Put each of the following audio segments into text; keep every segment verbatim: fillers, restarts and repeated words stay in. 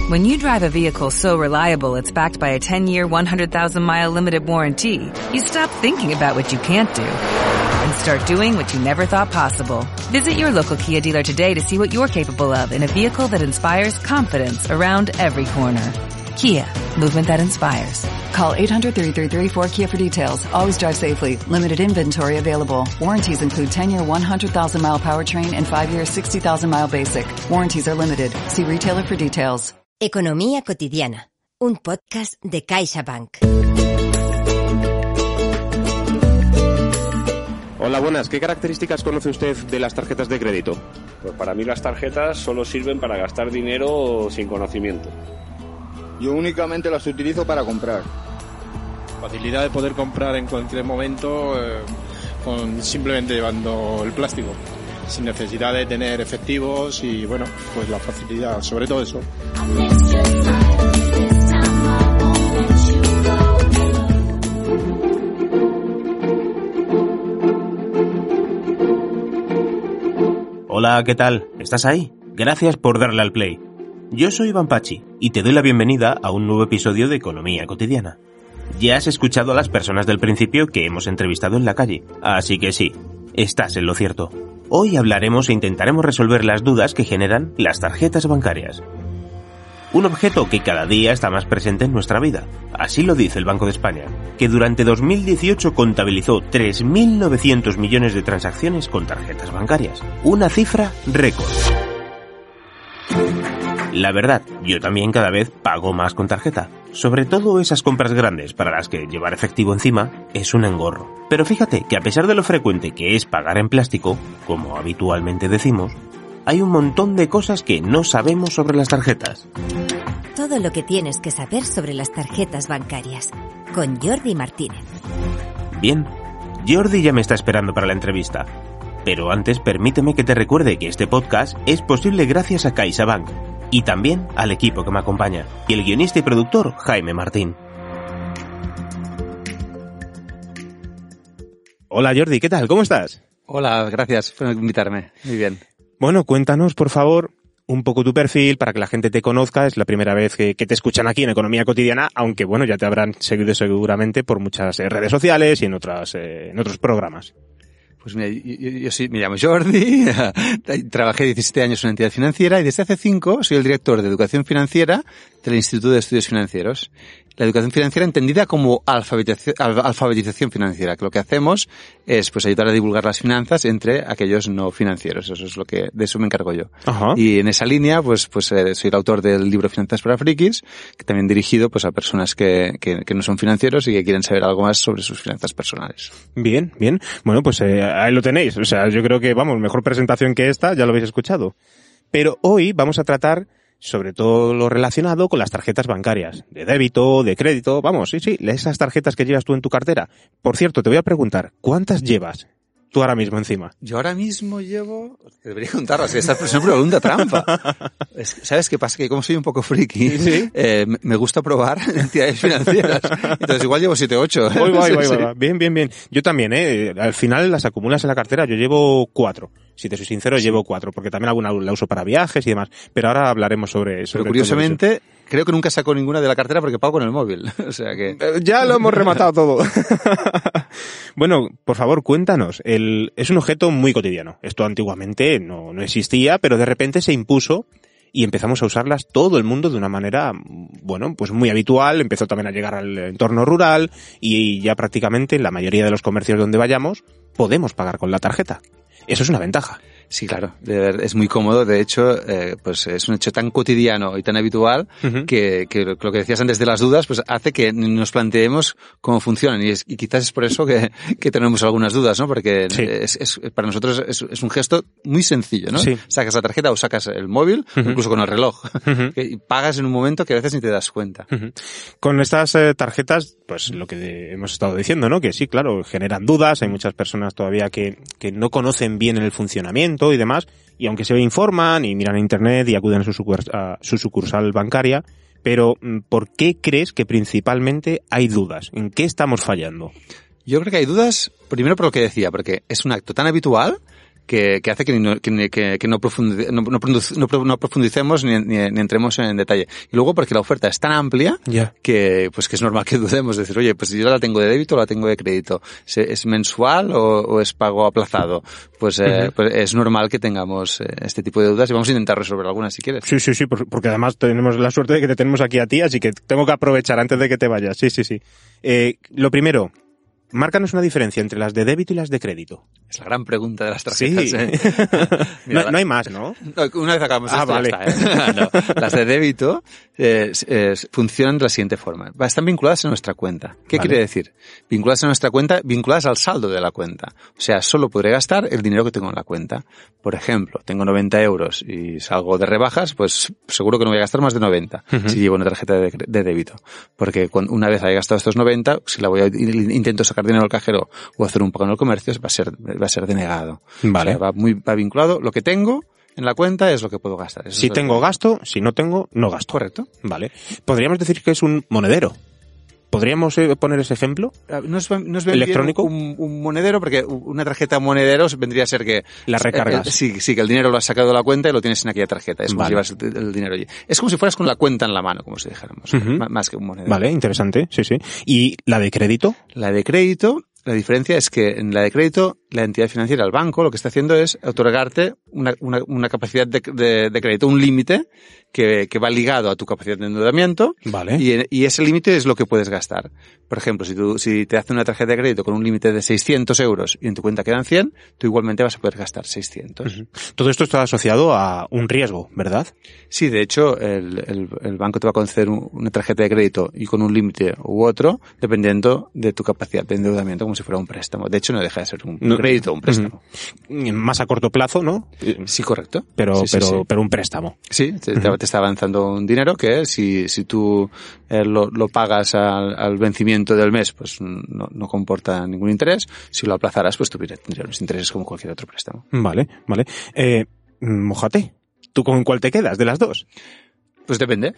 When you drive a vehicle so reliable it's backed by a ten-year, one hundred thousand mile limited warranty, you stop thinking about what you can't do and start doing what you never thought possible. Visit your local Kia dealer today to see what you're capable of in a vehicle that inspires confidence around every corner. Kia, movement that inspires. Call eight hundred, three three three, four K I A for details. Always drive safely. Limited inventory available. Warranties include ten-year, one hundred thousand mile powertrain and five-year, sixty thousand mile basic. Warranties are limited. See retailer for details. Economía cotidiana, un podcast de CaixaBank. Hola, buenas. ¿Qué características conoce usted de las tarjetas de crédito? Pues para mí las tarjetas solo sirven para gastar dinero sin conocimiento. Yo únicamente las utilizo para comprar. Facilidad de poder comprar en cualquier momento eh, con simplemente llevando el plástico, sin necesidad de tener efectivos y bueno, pues la facilidad, sobre todo eso. Hola, ¿qué tal? ¿Estás ahí? Gracias por darle al play. Yo soy Iván Pachi y te doy la bienvenida a un nuevo episodio de Economía Cotidiana. Ya has escuchado a las personas del principio que hemos entrevistado en la calle, así que sí, estás en lo cierto. Hoy hablaremos e intentaremos resolver las dudas que generan las tarjetas bancarias. Un objeto que cada día está más presente en nuestra vida. Así lo dice el Banco de España, que durante dos mil dieciocho contabilizó tres mil novecientos millones de transacciones con tarjetas bancarias. Una cifra récord. La verdad, yo también cada vez pago más con tarjeta. Sobre todo esas compras grandes para las que llevar efectivo encima es un engorro. Pero fíjate que a pesar de lo frecuente que es pagar en plástico, como habitualmente decimos, hay un montón de cosas que no sabemos sobre las tarjetas. Todo lo que tienes que saber sobre las tarjetas bancarias, con Jordi Martínez. Bien, Jordi ya me está esperando para la entrevista. Pero antes permíteme que te recuerde que este podcast es posible gracias a CaixaBank y también al equipo que me acompaña, y el guionista y productor Jaime Martín. Hola Jordi, ¿qué tal? ¿Cómo estás? Hola, gracias por invitarme. Muy bien. Bueno, cuéntanos, por favor, un poco tu perfil para que la gente te conozca. Es la primera vez que, que te escuchan aquí en Economía Cotidiana, aunque bueno, ya te habrán seguido seguramente por muchas eh, redes sociales y en otras eh, en otros programas. Pues mira, yo, yo, yo sí, me llamo Jordi, trabajé diecisiete años en una entidad financiera y desde hace cinco soy el director de Educación Financiera del Instituto de Estudios Financieros. La educación financiera entendida como alfabetización, alfabetización financiera, que lo que hacemos es pues ayudar a divulgar las finanzas entre aquellos no financieros. Eso es lo que, de eso me encargo yo. Ajá. Y en esa línea, pues, pues eh, soy el autor del libro Finanzas para Frikis, que también dirigido pues a personas que, que, que no son financieros y que quieren saber algo más sobre sus finanzas personales. Bien, bien. Bueno, pues eh, ahí lo tenéis. O sea, yo creo que, vamos, mejor presentación que esta, ya lo habéis escuchado. Pero hoy vamos a tratar sobre todo lo relacionado con las tarjetas bancarias, de débito, de crédito, vamos, sí, sí, esas tarjetas que llevas tú en tu cartera. Por cierto, te voy a preguntar, ¿cuántas llevas tú ahora mismo encima? Yo ahora mismo llevo, te debería contarlas, esta es una pregunta trampa. Es, ¿sabes qué pasa? Que como soy un poco friki, ¿sí? eh, me gusta probar entidades financieras. Entonces igual llevo siete, ocho. Voy, voy, voy, voy. Bien, bien, bien. Yo también, ¿eh? Al final las acumulas en la cartera, yo llevo cuatro. Si te soy sincero, sí. Llevo cuatro, porque también alguna la uso para viajes y demás. Pero ahora hablaremos sobre, sobre Pero curiosamente, creo que nunca saco ninguna de la cartera porque pago con el móvil. O sea que... Ya lo hemos rematado todo. Bueno, por favor, cuéntanos. El, es un objeto muy cotidiano. Esto antiguamente no, no existía, pero de repente se impuso y empezamos a usarlas todo el mundo de una manera, bueno, pues muy habitual. Empezó también a llegar al entorno rural y ya prácticamente en la mayoría de los comercios donde vayamos podemos pagar con la tarjeta. Eso es una ventaja. Sí, claro, de ver, es muy cómodo. De hecho, eh, pues es un hecho tan cotidiano y tan habitual uh-huh. que, que lo que decías antes de las dudas, pues hace que nos planteemos cómo funcionan. Y, es, y quizás es por eso que, que tenemos algunas dudas, ¿no? Porque sí. es, es, para nosotros es, es un gesto muy sencillo, ¿no? Sí. Sacas la tarjeta o sacas el móvil, uh-huh. o incluso con el reloj. Uh-huh. Y pagas en un momento que a veces ni te das cuenta. Uh-huh. Con estas eh, tarjetas, pues lo que hemos estado diciendo, ¿no? Que sí, claro, generan dudas. Hay muchas personas todavía que, que no conocen bien el funcionamiento y demás. Y aunque se informan y miran a internet y acuden a su, sucurs- a su sucursal bancaria, pero ¿por qué crees que principalmente hay dudas? ¿En qué estamos fallando? Yo creo que hay dudas, primero por lo que decía, porque es un acto tan habitual que, que hace que no, que, que, que no, profundi, no, no, no, no profundicemos ni, ni, ni entremos en detalle. Y luego porque la oferta es tan amplia yeah. que pues que es normal que dudemos, decir, oye, pues yo la tengo de débito o la tengo de crédito. ¿Es mensual o, o es pago aplazado? Pues, eh, uh-huh. pues es normal que tengamos eh, este tipo de dudas y vamos a intentar resolver algunas si quieres. Sí, sí, sí, porque además tenemos la suerte de que te tenemos aquí a ti, así que tengo que aprovechar antes de que te vayas. Sí, sí, sí. Eh, lo primero, márcanos una diferencia entre las de débito y las de crédito. Es la gran pregunta de las tarjetas. Sí. ¿eh? Mira, no, no hay más, ¿no? Una vez acabamos ah, esto, vale. ya está, ¿eh? No. Las de débito eh, eh, funcionan de la siguiente forma. Están vinculadas a nuestra cuenta. ¿Qué vale. quiere decir? Vinculadas a nuestra cuenta, vinculadas al saldo de la cuenta. O sea, solo podré gastar el dinero que tengo en la cuenta. Por ejemplo, tengo noventa euros y salgo de rebajas, pues seguro que no voy a gastar más de noventa uh-huh. si llevo una tarjeta de, de débito. Porque cuando, una vez haya gastado estos noventa, si la voy a intento sacar dinero al cajero o hacer un pago en el comercio, va a ser va a ser denegado. Vale. O sea, va muy va vinculado. Lo que tengo en la cuenta es lo que puedo gastar. Eso si tengo gasto, si no tengo, no gasto. Correcto. Vale. Podríamos decir que es un monedero. ¿Podríamos poner ese ejemplo? No es, no es electrónico. Un, un monedero, porque una tarjeta monedero vendría a ser que la recargas. Eh, sí, sí, que el dinero lo has sacado de la cuenta y lo tienes en aquella tarjeta. Es como vale. si llevas el, el dinero allí. Es como si fueras con la cuenta en la mano, como si dijéramos. Uh-huh. Más que un monedero. Vale, interesante. Sí, sí. ¿Y la de crédito? La de crédito, la diferencia es que en la de crédito, la entidad financiera, el banco, lo que está haciendo es otorgarte una, una, una capacidad de, de, de crédito, un límite que, que va ligado a tu capacidad de endeudamiento. Vale. Y, y ese límite es lo que puedes gastar. Por ejemplo, si tú, si te hacen una tarjeta de crédito con un límite de seiscientos euros y en tu cuenta quedan cien, tú igualmente vas a poder gastar seiscientos. Uh-huh. Todo esto está asociado a un riesgo, ¿verdad? Sí, de hecho, el, el, el banco te va a conceder un, una tarjeta de crédito y con un límite u otro, dependiendo de tu capacidad de endeudamiento, como si fuera un préstamo. De hecho, no deja de ser un no, crédito o un préstamo. Uh-huh. Más a corto plazo, ¿no? Sí, correcto. Pero, sí, sí, pero, sí. pero un préstamo. Sí, te, uh-huh. te está avanzando un dinero que si, si tú eh, lo, lo pagas al, al vencimiento del mes, pues no, no comporta ningún interés. Si lo aplazaras, pues tendrías los intereses como cualquier otro préstamo. Vale, vale. Eh, mójate. ¿Tú con cuál te quedas de las dos? Pues depende.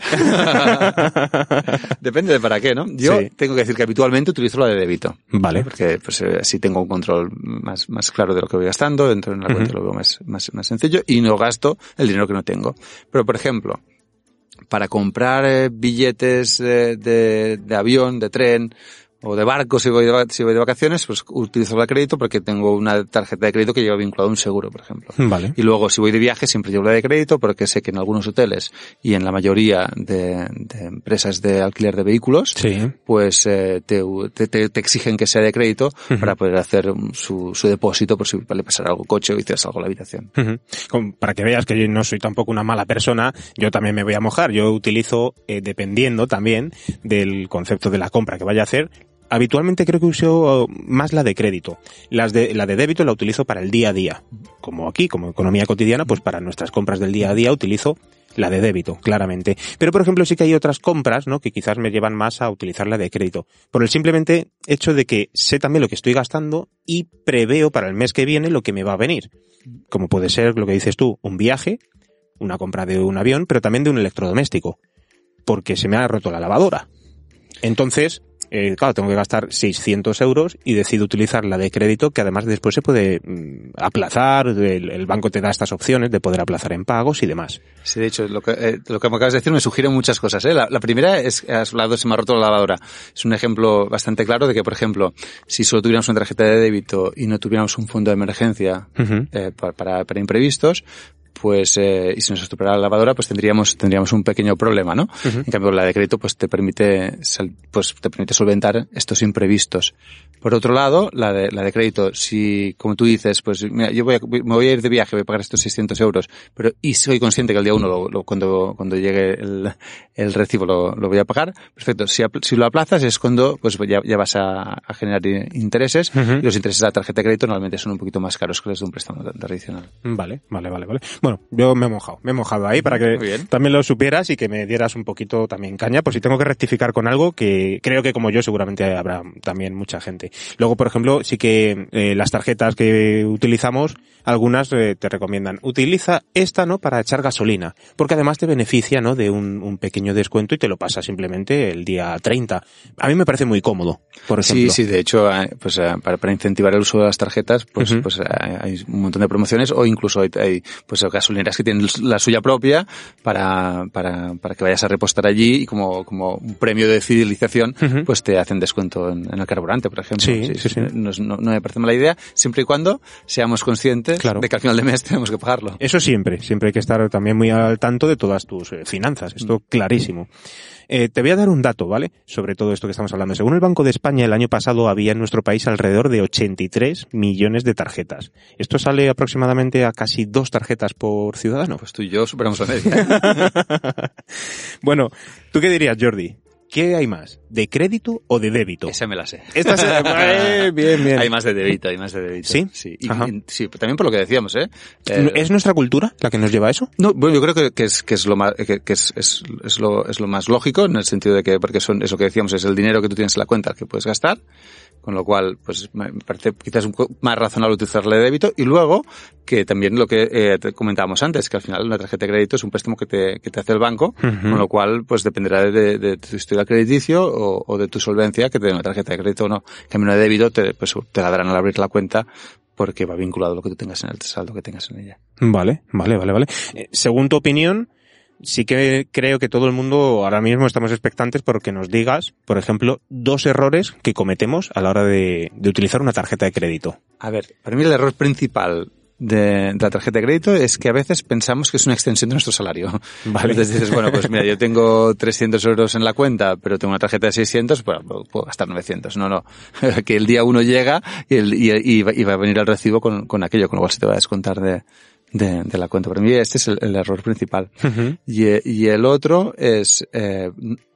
Depende de para qué, ¿no? Yo sí. tengo que decir que habitualmente utilizo la de débito. Vale. Porque pues así tengo un control más, más claro de lo que voy gastando, dentro de la cuenta uh-huh. lo veo más, más, más sencillo y no gasto el dinero que no tengo. Pero, por ejemplo, para comprar eh, billetes eh, de, de avión, de tren o de barco, si voy de, si voy de vacaciones, pues utilizo la de crédito porque tengo una tarjeta de crédito que lleva vinculado a un seguro, por ejemplo. Vale. Y luego, si voy de viaje, siempre llevo la de crédito porque sé que en algunos hoteles y en la mayoría de, de empresas de alquiler de vehículos, sí. pues eh, te, te, te exigen que sea de crédito uh-huh. para poder hacer su, su depósito por si le pasara algo al coche o hicieras algo a la habitación. Uh-huh. Para que veas que yo no soy tampoco una mala persona, yo también me voy a mojar. Yo utilizo, eh, dependiendo también del concepto de la compra que vaya a hacer, habitualmente creo que uso más la de crédito. Las de, la de débito la utilizo para el día a día. Como aquí, como economía cotidiana, pues para nuestras compras del día a día utilizo la de débito, claramente. Pero, por ejemplo, sí que hay otras compras, ¿no?, que quizás me llevan más a utilizar la de crédito. Por el simplemente hecho de que sé también lo que estoy gastando y preveo para el mes que viene lo que me va a venir. Como puede ser, lo que dices tú, un viaje, una compra de un avión, pero también de un electrodoméstico. Porque se me ha roto la lavadora. Entonces, Eh, claro, tengo que gastar seiscientos euros y decido utilizar la de crédito, que además después se puede mmm, aplazar, el, el banco te da estas opciones de poder aplazar en pagos y demás. Sí, de hecho, lo que, eh, lo que me acabas de decir me sugiere muchas cosas, ¿eh? La, la primera es, has hablado, se me ha roto la lavadora. Es un ejemplo bastante claro de que, por ejemplo, si solo tuviéramos una tarjeta de débito y no tuviéramos un fondo de emergencia uh-huh. eh, para, para, para imprevistos, pues eh, y si nos estropeara la lavadora, pues tendríamos tendríamos un pequeño problema, ¿no? Uh-huh. En cambio, la de crédito pues te permite pues te permite solventar estos imprevistos. Por otro lado, la de la de crédito, si como tú dices, pues mira, yo voy a, me voy a ir de viaje, voy a pagar estos seiscientos euros, pero y soy consciente que el día uno lo, lo, cuando cuando llegue el, el recibo lo, lo voy a pagar, perfecto. Si si lo aplazas es cuando pues ya, ya vas a, a generar intereses uh-huh. y los intereses de la tarjeta de crédito normalmente son un poquito más caros que los de un préstamo tradicional. Vale, vale, vale, vale. Bueno, yo me he mojado, me he mojado ahí para que también lo supieras y que me dieras un poquito también caña, por si tengo que rectificar con algo que creo que como yo seguramente habrá también mucha gente. Luego, por ejemplo, sí que eh, las tarjetas que utilizamos, algunas eh, te recomiendan, utiliza esta, ¿no?, para echar gasolina, porque además te beneficia, ¿no?, de un, un pequeño descuento y te lo pasa simplemente el día treinta. A mí me parece muy cómodo, por ejemplo. Sí, sí, de hecho, pues para, para incentivar el uso de las tarjetas, pues, uh-huh. pues hay un montón de promociones, o incluso hay, hay pues gasolineras que tienen la suya propia para, para, para que vayas a repostar allí y como, como un premio de fidelización, uh-huh. pues te hacen descuento en, en el carburante, por ejemplo. Sí, sí, sí. sí. No, no, no me parece mala idea, siempre y cuando seamos conscientes claro. de que al final de mes tenemos que pagarlo. Eso siempre, siempre hay que estar también muy al tanto de todas tus eh, finanzas, esto uh-huh. clarísimo. Eh, te voy a dar un dato, ¿vale?, sobre todo esto que estamos hablando. Según el Banco de España, el año pasado había en nuestro país alrededor de ochenta y tres millones de tarjetas. Esto sale aproximadamente a casi dos tarjetas por ciudadano. Pues tú y yo superamos la media. Bueno, ¿tú qué dirías, Jordi? ¿Qué hay más? ¿De crédito o de débito? Esa me la sé. Esta se... eh, bien, bien. Hay más de débito, hay más de débito. ¿Sí? Sí. Y, y, sí, también por lo que decíamos, ¿eh? eh ¿Es nuestra cultura la que nos lleva a eso? No, bueno, yo creo que, que es que es lo más que, que es, es es lo es lo más lógico, en el sentido de que porque son eso que decíamos, es el dinero que tú tienes en la cuenta que puedes gastar. Con lo cual, pues me parece quizás un poco más razonable utilizarle de débito. Y luego, que también lo que eh, comentábamos antes, que al final una tarjeta de crédito es un préstamo que te, que te hace el banco, uh-huh. con lo cual, pues dependerá de, de, de tu historial crediticio o, o de tu solvencia que te dé una tarjeta de crédito o no. En cambio, una de débito te, pues, te la darán al abrir la cuenta porque va vinculado a lo que tú tengas en el saldo que tengas en ella. Vale, vale, vale, vale. Eh, según tu opinión, sí que creo que todo el mundo ahora mismo estamos expectantes porque nos digas, por ejemplo, dos errores que cometemos a la hora de, de utilizar una tarjeta de crédito. A ver, para mí el error principal de, de la tarjeta de crédito es que a veces pensamos que es una extensión de nuestro salario. Vale. Entonces dices, bueno, pues mira, yo tengo trescientos euros en la cuenta, pero tengo una tarjeta de seiscientos, pues puedo gastar novecientos. No, no. Que el día uno llega y, el, y, y, y va a venir el recibo con, con aquello, con lo cual se te va a descontar de... De, de la cuenta. Para mí este es el, el error principal. Uh-huh. Y, y el otro es eh,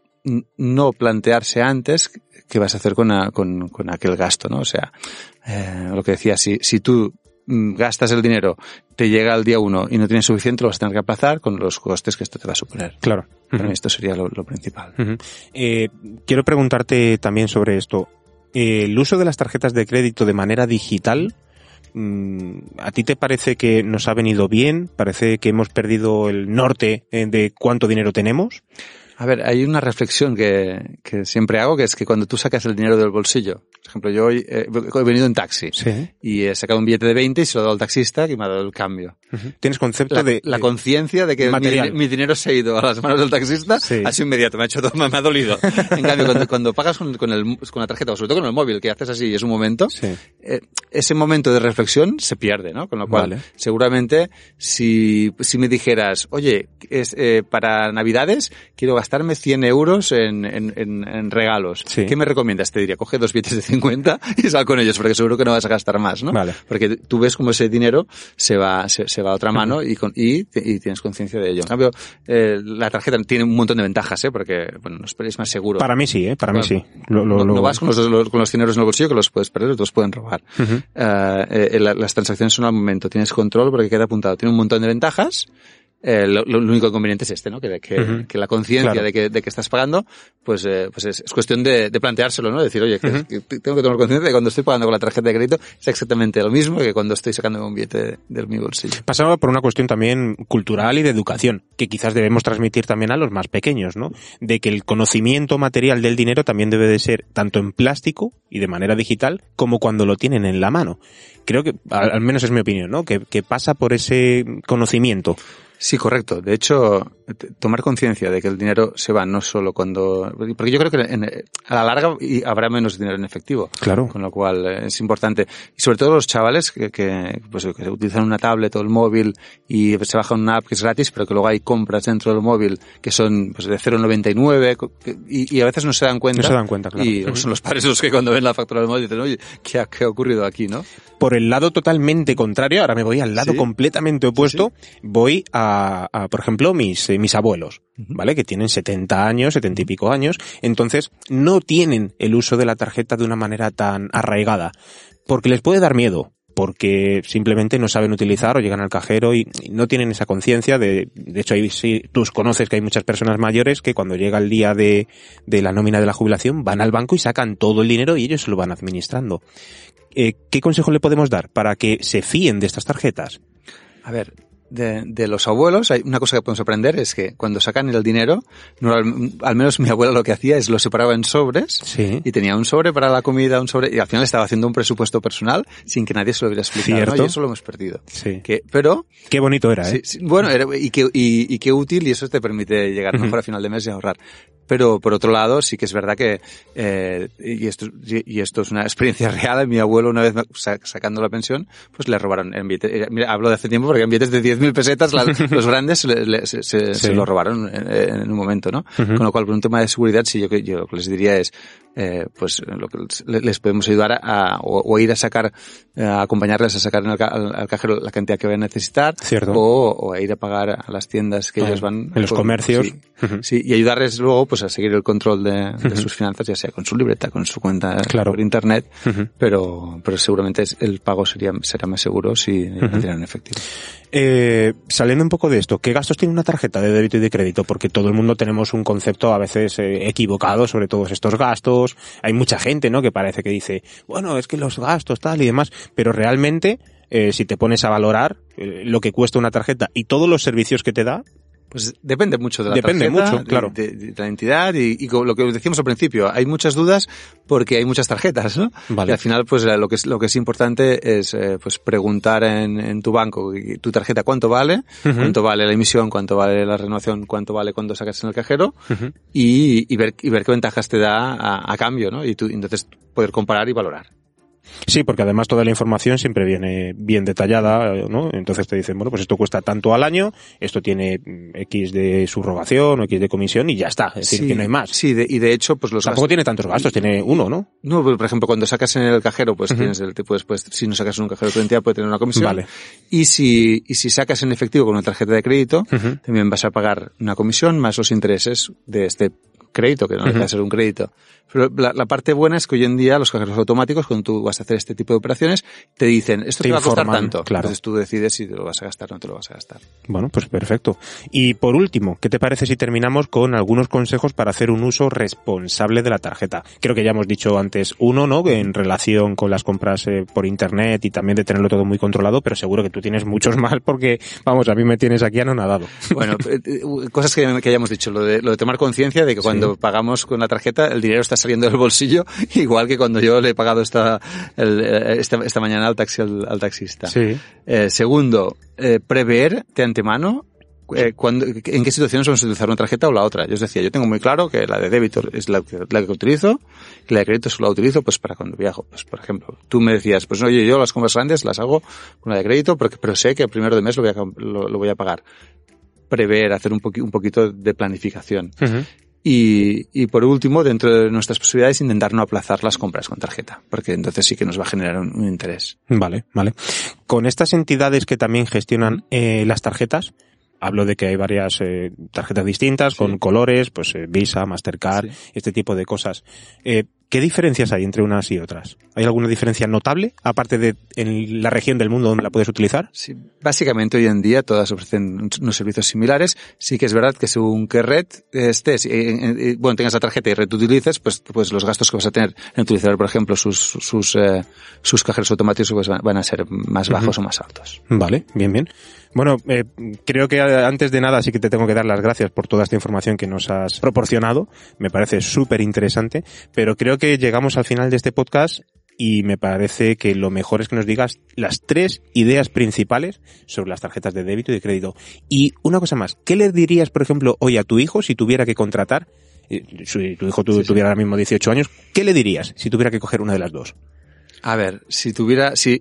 no plantearse antes qué vas a hacer con, a, con, con aquel gasto, ¿no? O sea, eh, lo que decía, si, si tú gastas el dinero, te llega al día uno y no tienes suficiente, lo vas a tener que aplazar con los costes que esto te va a suponer. Claro. Uh-huh. Para mí esto sería lo, lo principal. Uh-huh. Eh, quiero preguntarte también sobre esto. Eh, el uso de las tarjetas de crédito de manera digital, ¿a ti te parece que nos ha venido bien? ¿Parece que hemos perdido el norte de cuánto dinero tenemos? A ver, hay una reflexión que, que siempre hago, que es que cuando tú sacas el dinero del bolsillo, por ejemplo, yo hoy eh, he venido en taxi sí. y he sacado un billete de veinte y se lo he dado al taxista que me ha dado el cambio. Uh-huh. ¿Tienes concepto la, de... La conciencia de que mi, mi dinero se ha ido a las manos del taxista sí. ha sido inmediato, me ha hecho todo, me, me ha dolido. En cambio, cuando, cuando pagas con, con, el, con la tarjeta, o sobre todo con el móvil, que haces así y es un momento, sí. eh, ese momento de reflexión se pierde, ¿no? Con lo cual, vale. seguramente, si, si me dijeras, oye, es, eh, para Navidades quiero gastarme cien euros En, en, en, en regalos. Sí. ¿Qué me recomiendas? Te diría, coge dos billetes de cincuenta y sal con ellos, porque seguro que no vas a gastar más, ¿no? Vale. Porque tú ves cómo ese dinero se va, se, se va a otra mano uh-huh. y, con, y, y tienes conciencia de ello. En cambio, eh, la tarjeta tiene un montón de ventajas, ¿eh? Porque, bueno, es más seguro. Para mí sí, ¿eh? Para bueno, mí sí. Lo, lo, no, lo... no vas con los, los, con los cien euros en el bolsillo que los puedes perder, los pueden robar. Uh-huh. Uh, eh, la, las transacciones son al momento, tienes control porque queda apuntado. Tiene un montón de ventajas. Eh, lo, lo único inconveniente es este, ¿no? Que, que, uh-huh. que la conciencia claro. de que, de que estás pagando, pues, eh, pues es, es cuestión de, de planteárselo, ¿no? Decir, oye, que, uh-huh. que tengo que tomar conciencia de que cuando estoy pagando con la tarjeta de crédito es exactamente lo mismo que cuando estoy sacando un billete de, de mi bolsillo. Pasaba por una cuestión también cultural y de educación, que quizás debemos transmitir también a los más pequeños, ¿no? De que el conocimiento material del dinero también debe de ser tanto en plástico y de manera digital como cuando lo tienen en la mano. Creo que, al, al menos es mi opinión, ¿no? Que, que pasa por ese conocimiento. Sí, correcto. De hecho, tomar conciencia de que el dinero se va no solo cuando... Porque yo creo que en, a la larga habrá menos dinero en efectivo. Claro. Con lo cual es importante. Y sobre todo los chavales que, que, pues, que utilizan una tablet o el móvil y se bajan una app que es gratis, pero que luego hay compras dentro del móvil que son pues de cero coma noventa y nueve y, y a veces no se dan cuenta. No se dan cuenta, claro. Y son los padres los que cuando ven la factura del móvil dicen, oye, ¿qué ha, qué ha ocurrido aquí, no? Por el lado totalmente contrario, ahora me voy al lado ¿Sí? completamente opuesto, ¿Sí? voy a, a, por ejemplo, mis, eh, mis abuelos, ¿vale? Que tienen setenta años, setenta y pico años, entonces no tienen el uso de la tarjeta de una manera tan arraigada, porque les puede dar miedo. porque simplemente no saben utilizar o llegan al cajero y no tienen esa conciencia de, de hecho ahí sí, tú conoces que hay muchas personas mayores que cuando llega el día de, de la nómina de la jubilación van al banco y sacan todo el dinero y ellos se lo van administrando. Eh, ¿Qué consejo le podemos dar para que se fíen de estas tarjetas? A ver, de, de los abuelos, hay una cosa que podemos aprender es que cuando sacan el dinero, no, al, al menos mi abuela lo que hacía es lo separaba en sobres, sí, y tenía un sobre para la comida, un sobre, y al final estaba haciendo un presupuesto personal sin que nadie se lo hubiera explicado, ¿no? Y eso lo hemos perdido. Sí. Que, pero... Qué bonito era, ¿eh? Sí, sí, bueno, era, y, qué, y, y qué útil, y eso te permite llegar mejor uh-huh. a final de mes y ahorrar. Pero, por otro lado, sí que es verdad que, eh, y esto, y esto es una experiencia real, mi abuelo una vez sacando la pensión, pues le robaron en billetes, mira, hablo de hace tiempo porque en billetes de diez mil pesetas, la, los grandes le, le, se, se, sí. se lo robaron en, en un momento, ¿no? Uh-huh. Con lo cual, por un tema de seguridad, sí, yo, yo lo que les diría es, eh, pues, lo que les podemos ayudar a, a o, o ir a sacar, a acompañarles a sacar en el, al, al cajero la cantidad que vayan a necesitar, cierto, o, o a ir a pagar a las tiendas que ah, ellos van. En los por, comercios. Sí, uh-huh. sí, y ayudarles luego, pues, a seguir el control de, de uh-huh. sus finanzas, ya sea con su libreta, con su cuenta claro. por internet, uh-huh. pero, pero seguramente el pago sería, será más seguro si uh-huh. lo tienen en efectivo. Eh, saliendo un poco de esto, ¿qué gastos tiene una tarjeta de débito y de crédito? Porque todo el mundo tenemos un concepto a veces eh, equivocado sobre todos estos gastos. Hay mucha gente, ¿no?, que parece que dice, bueno, es que los gastos tal y demás, pero realmente, eh, si te pones a valorar eh, lo que cuesta una tarjeta y todos los servicios que te da, pues depende mucho de la depende tarjeta, mucho, claro. de, de, de la entidad y, y lo que decíamos al principio, hay muchas dudas porque hay muchas tarjetas, ¿no? Vale. Y al final, pues lo que es, lo que es importante es eh, pues preguntar en, en tu banco tu tarjeta cuánto vale, uh-huh. cuánto vale la emisión, cuánto vale la renovación, cuánto vale cuando sacas en el cajero uh-huh. y, y ver y ver qué ventajas te da a, a cambio, ¿no? Y tú entonces poder comparar y valorar. Sí, porque además toda la información siempre viene bien detallada, ¿no? Entonces te dicen, bueno, pues esto cuesta tanto al año, esto tiene X de subrogación o X de comisión y ya está. Es decir, sí, que no hay más. Sí, de, y de hecho, pues los Tampoco gastos... tiene tantos gastos, tiene uno, ¿no? No, por ejemplo, cuando sacas en el cajero, pues uh-huh. tienes el tipo después, si no sacas en un cajero de tu entidad, puede tener una comisión. Vale. Y si, y si sacas en efectivo con una tarjeta de crédito, uh-huh. también vas a pagar una comisión más los intereses de este crédito, que no deja de ser un crédito. Pero la, la parte buena es que hoy en día los cajeros automáticos, cuando tú vas a hacer este tipo de operaciones, te dicen, esto te, te va informan, a costar tanto. Claro. Entonces tú decides si te lo vas a gastar o no te lo vas a gastar. Bueno, pues perfecto. Y por último, ¿qué te parece si terminamos con algunos consejos para hacer un uso responsable de la tarjeta? Creo que ya hemos dicho antes uno, ¿no?, en relación con las compras eh, por internet y también de tenerlo todo muy controlado, pero seguro que tú tienes muchos más porque, vamos, a mí me tienes aquí anonadado. Bueno, cosas que, que hayamos dicho, lo de, lo de tomar conciencia de que cuando sí. pagamos con la tarjeta el dinero está saliendo del bolsillo, igual que cuando yo le he pagado esta, el, esta, esta mañana al taxi al, al taxista. Sí. Eh, segundo, eh, prever de antemano eh, cuando, en qué situaciones vamos a utilizar una tarjeta o la otra. Yo os decía, yo tengo muy claro que la de débito es la, la que utilizo y la de crédito solo la utilizo pues para cuando viajo. Pues por ejemplo, tú me decías, pues oye, yo las compras grandes las hago con la de crédito porque, pero sé que el primero de mes lo voy a, lo, lo voy a pagar. Prever, hacer un, poqui, un poquito de planificación. Uh-huh. Y, y por último, dentro de nuestras posibilidades, intentar no aplazar las compras con tarjeta, porque entonces sí que nos va a generar un, un interés. Vale, vale. Con estas entidades que también gestionan eh, las tarjetas, hablo de que hay varias eh, tarjetas distintas, sí. con colores, pues eh, Visa, Mastercard, sí. este tipo de cosas. Eh, ¿Qué diferencias hay entre unas y otras? ¿Hay alguna diferencia notable, aparte de en la región del mundo donde la puedes utilizar? Sí, básicamente hoy en día todas ofrecen unos servicios similares. Sí que es verdad que según qué red estés, eh, eh, bueno, tengas la tarjeta y red utilices, pues, pues los gastos que vas a tener en utilizar, por ejemplo, sus, sus, eh, sus cajeros automáticos pues van a ser más bajos uh-huh. o más altos. Vale, bien, bien. Bueno, eh, creo que antes de nada sí que te tengo que dar las gracias por toda esta información que nos has proporcionado. Me parece súper interesante, pero creo que llegamos al final de este podcast y me parece que lo mejor es que nos digas las tres ideas principales sobre las tarjetas de débito y de crédito. Y una cosa más, ¿qué le dirías, por ejemplo, hoy a tu hijo si tuviera que contratar, si tu hijo tu, sí, tuviera sí. ahora mismo dieciocho años, ¿qué le dirías si tuviera que coger una de las dos? A ver, si tuviera, si,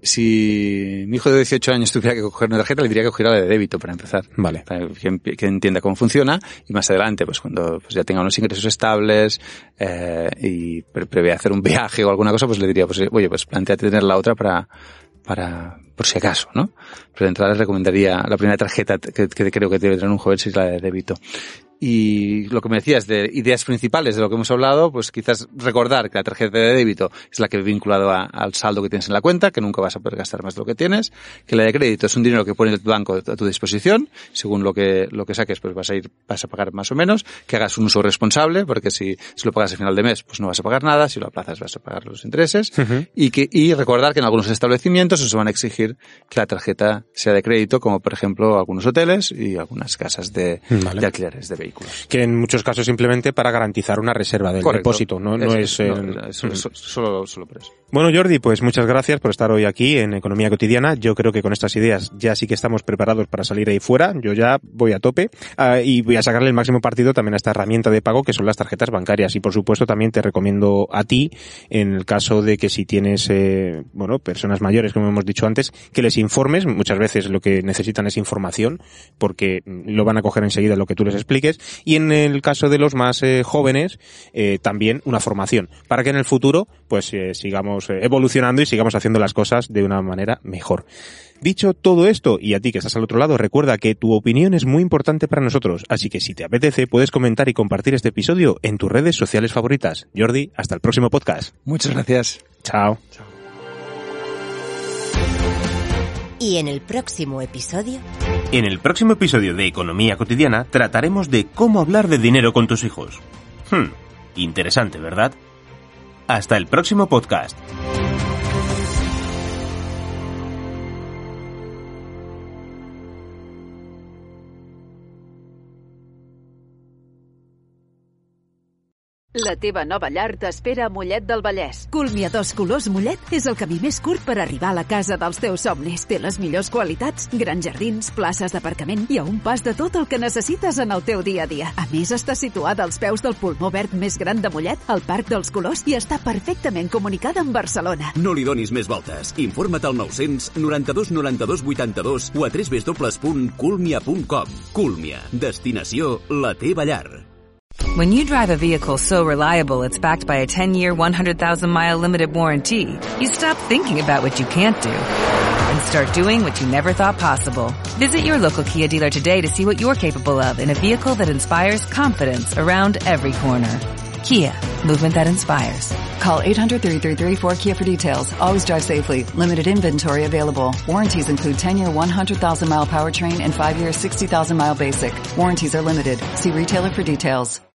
si mi hijo de dieciocho años tuviera que coger una tarjeta, le diría que cogiera la de débito para empezar. Vale. Para que, que entienda cómo funciona y más adelante, pues cuando pues ya tenga unos ingresos estables, eh, y pre- prevé hacer un viaje o alguna cosa, pues le diría, pues oye, pues plantéate tener la otra para, para, por si acaso, ¿no? Pero de entrada les recomendaría la primera tarjeta que, que creo que debe tener un joven, si es la de débito. Y lo que me decías de ideas principales de lo que hemos hablado, pues quizás recordar que la tarjeta de débito es la que ve vinculado a, al saldo que tienes en la cuenta, que nunca vas a poder gastar más de lo que tienes, que la de crédito es un dinero que pone el banco a tu disposición, según lo que lo que saques pues vas a ir vas a pagar más o menos, que hagas un uso responsable, porque si, si lo pagas a final de mes pues no vas a pagar nada, si lo aplazas vas a pagar los intereses, uh-huh. y que y recordar que en algunos establecimientos os van a exigir que la tarjeta sea de crédito, como por ejemplo algunos hoteles y algunas casas de, vale. de alquileres de vehículos. Que en muchos casos simplemente para garantizar una reserva del Correcto. depósito, ¿no? No es, es no, eh, es, es solo, solo por eso. Bueno, Jordi, pues muchas gracias por estar hoy aquí en Economía Cotidiana. Yo creo que con estas ideas ya sí que estamos preparados para salir ahí fuera. Yo ya voy a tope uh, y voy a sacarle el máximo partido también a esta herramienta de pago que son las tarjetas bancarias. Y por supuesto también te recomiendo a ti, en el caso de que si tienes, eh, bueno, personas mayores, como hemos dicho antes, que les informes. Muchas veces lo que necesitan es información porque lo van a coger enseguida lo que tú les expliques. Y en el caso de los más eh, jóvenes, eh, también una formación para que en el futuro pues eh, sigamos eh, evolucionando y sigamos haciendo las cosas de una manera mejor. Dicho todo esto, y a ti que estás al otro lado, recuerda que tu opinión es muy importante para nosotros, así que si te apetece puedes comentar y compartir este episodio en tus redes sociales favoritas. Jordi, hasta el próximo podcast. Muchas gracias. Chao. Chao. Y en el próximo episodio... En el próximo episodio de Economía Cotidiana trataremos de cómo hablar de dinero con tus hijos. Hmm, interesante, ¿verdad? Hasta el próximo podcast. La teva nova llar t'espera a Mollet del Vallès. Culmi a dos colors Mollet és el camí més curt per arribar a la casa dels teus somnis. Té les millors qualitats, grans jardins, places d'aparcament i a un pas de tot el que necessites en el teu dia a dia. A més, està situada als peus del pulmó verd més gran de Mollet, al Parc dels Colors, i està perfectament comunicada amb Barcelona. No li donis més voltes. Informa't al nou-cents noranta-dos noranta-dos vuitanta-dos o a w w w punt culmia punt com. Culmia, destinació la teva llar. When you drive a vehicle so reliable it's backed by a ten-year, one hundred thousand mile limited warranty, you stop thinking about what you can't do and start doing what you never thought possible. Visit your local Kia dealer today to see what you're capable of in a vehicle that inspires confidence around every corner. Kia, movement that inspires. Call eight hundred, three three three, four Kia for details. Always drive safely. Limited inventory available. Warranties include ten-year, one hundred thousand mile powertrain and five-year, sixty thousand mile basic. Warranties are limited. See retailer for details.